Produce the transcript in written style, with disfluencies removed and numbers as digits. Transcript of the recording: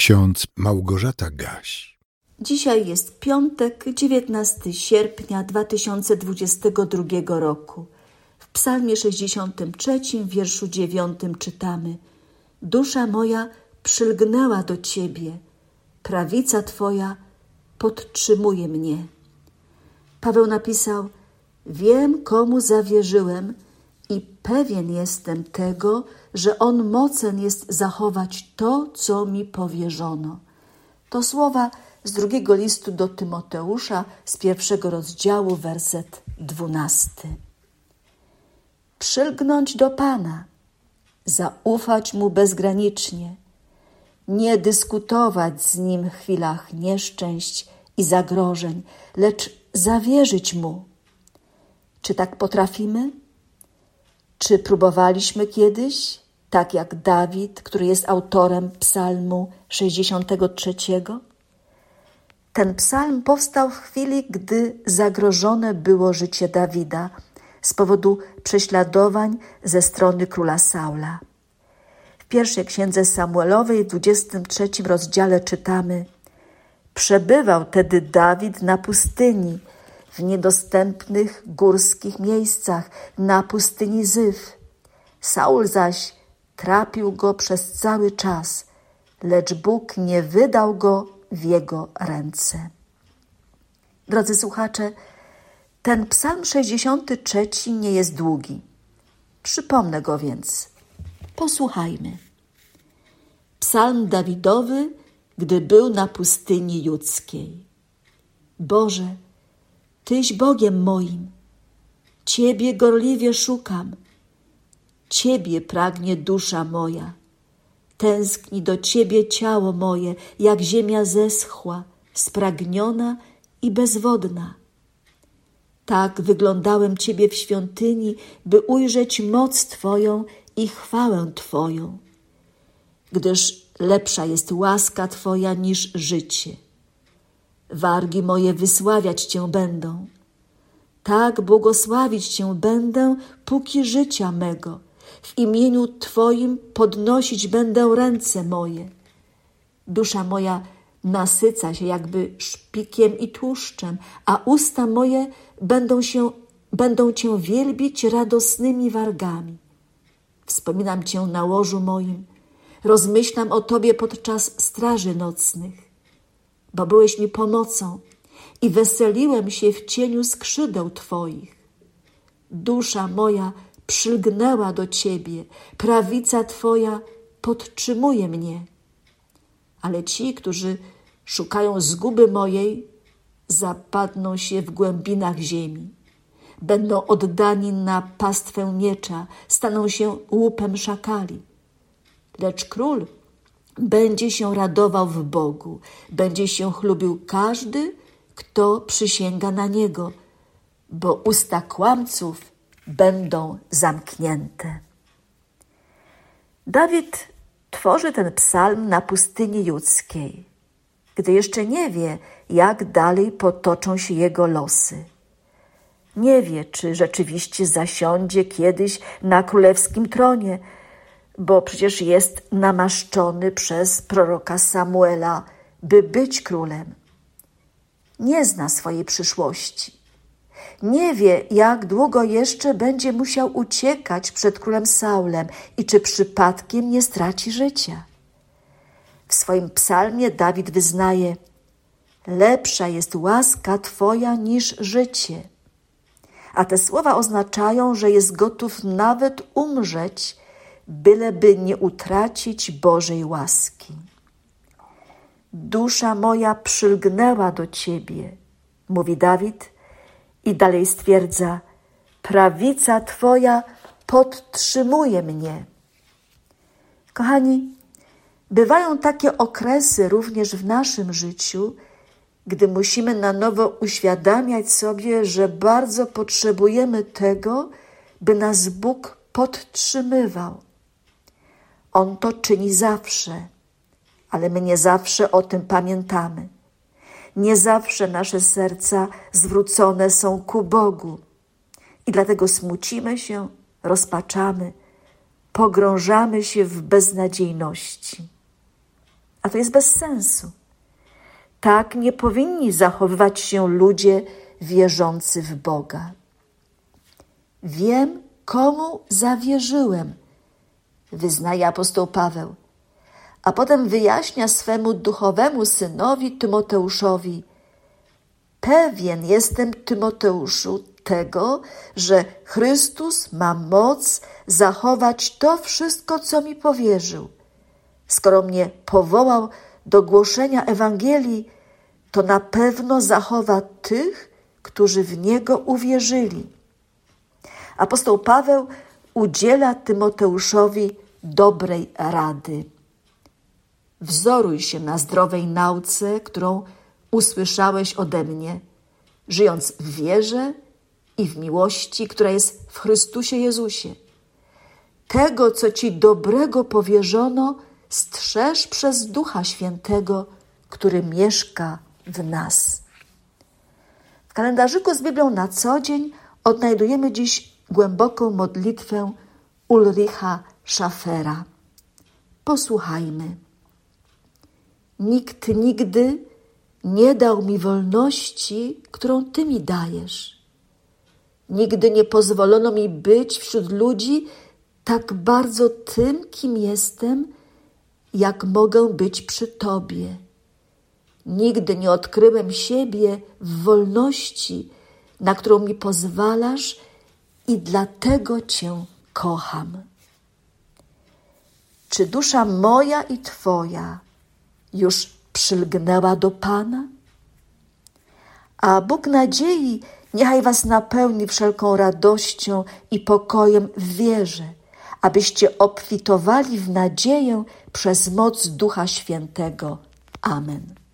Ksiądz Małgorzata Gaś. Dzisiaj jest piątek, 19 sierpnia 2022 roku. W psalmie 63, wierszu 9 czytamy: Dusza moja przylgnęła do Ciebie, prawica Twoja podtrzymuje mnie. Paweł napisał: Wiem, komu zawierzyłem i pewien jestem tego, że On mocen jest zachować to, co mi powierzono. To słowa z drugiego listu do Tymoteusza, z 1 rozdziału, werset 12. Przylgnąć do Pana, zaufać Mu bezgranicznie, nie dyskutować z Nim w chwilach nieszczęść i zagrożeń, lecz zawierzyć Mu. Czy tak potrafimy? Czy próbowaliśmy kiedyś, tak jak Dawid, który jest autorem psalmu 63? Ten psalm powstał w chwili, gdy zagrożone było życie Dawida z powodu prześladowań ze strony króla Saula. W pierwszej księdze Samuelowej, w 23 rozdziale czytamy: Przebywał tedy Dawid na pustyni, w niedostępnych górskich miejscach, na pustyni Zyf. Saul zaś trapił go przez cały czas, lecz Bóg nie wydał go w jego ręce. Drodzy słuchacze, ten psalm 63 nie jest długi. Przypomnę go więc. Posłuchajmy. Psalm Dawidowy, gdy był na pustyni judzkiej. Boże, Tyś Bogiem moim, Ciebie gorliwie szukam. Ciebie pragnie dusza moja. Tęskni do Ciebie ciało moje, jak ziemia zeschła, spragniona i bezwodna. Tak wyglądałem Ciebie w świątyni, by ujrzeć moc Twoją i chwałę Twoją. Gdyż lepsza jest łaska Twoja niż życie. Wargi moje wysławiać Cię będą. Tak błogosławić Cię będę, póki życia mego. W imieniu Twoim podnosić będę ręce moje. Dusza moja nasyca się jakby szpikiem i tłuszczem, a usta moje będą Cię wielbić radosnymi wargami. Wspominam Cię na łożu moim, rozmyślam o Tobie podczas straży nocnych, bo byłeś mi pomocą i weseliłem się w cieniu skrzydeł Twoich. Dusza moja przylgnęła do Ciebie, prawica Twoja podtrzymuje mnie. Ale ci, którzy szukają zguby mojej, zapadną się w głębinach ziemi. Będą oddani na pastwę miecza, staną się łupem szakali. Lecz król będzie się radował w Bogu, będzie się chlubił każdy, kto przysięga na Niego, bo usta kłamców będą zamknięte. Dawid tworzy ten psalm na pustyni judzkiej, gdy jeszcze nie wie, jak dalej potoczą się jego losy. Nie wie, czy rzeczywiście zasiądzie kiedyś na królewskim tronie, bo przecież jest namaszczony przez proroka Samuela, by być królem. Nie zna swojej przyszłości. Nie wie, jak długo jeszcze będzie musiał uciekać przed królem Saulem i czy przypadkiem nie straci życia. W swoim psalmie Dawid wyznaje: lepsza jest łaska Twoja niż życie. A te słowa oznaczają, że jest gotów nawet umrzeć, byleby nie utracić Bożej łaski. Dusza moja przylgnęła do Ciebie, mówi Dawid i dalej stwierdza: prawica Twoja podtrzymuje mnie. Kochani, bywają takie okresy również w naszym życiu, gdy musimy na nowo uświadamiać sobie, że bardzo potrzebujemy tego, by nas Bóg podtrzymywał. On to czyni zawsze, ale my nie zawsze o tym pamiętamy. Nie zawsze nasze serca zwrócone są ku Bogu i dlatego smucimy się, rozpaczamy, pogrążamy się w beznadziejności. A to jest bez sensu. Tak nie powinni zachowywać się ludzie wierzący w Boga. Wiem, komu zawierzyłem, wyznaje apostoł Paweł, a potem wyjaśnia swemu duchowemu synowi Tymoteuszowi: pewien jestem, Tymoteuszu, tego, że Chrystus ma moc zachować to wszystko, co mi powierzył. Skoro mnie powołał do głoszenia Ewangelii, to na pewno zachowa tych, którzy w Niego uwierzyli. Apostoł Paweł udziela Tymoteuszowi dobrej rady. Wzoruj się na zdrowej nauce, którą usłyszałeś ode mnie, żyjąc w wierze i w miłości, która jest w Chrystusie Jezusie. Tego, co ci dobrego powierzono, strzeż przez Ducha Świętego, który mieszka w nas. W kalendarzyku z Biblią na co dzień odnajdujemy dziś głęboką modlitwę Ulricha Schaffera. Posłuchajmy. Nikt nigdy nie dał mi wolności, którą Ty mi dajesz. Nigdy nie pozwolono mi być wśród ludzi tak bardzo tym, kim jestem, jak mogę być przy Tobie. Nigdy nie odkryłem siebie w wolności, na którą mi pozwalasz, i dlatego Cię kocham. Czy dusza moja i Twoja już przylgnęła do Pana? A Bóg nadziei niechaj was napełni wszelką radością i pokojem w wierze, abyście obfitowali w nadzieję przez moc Ducha Świętego. Amen.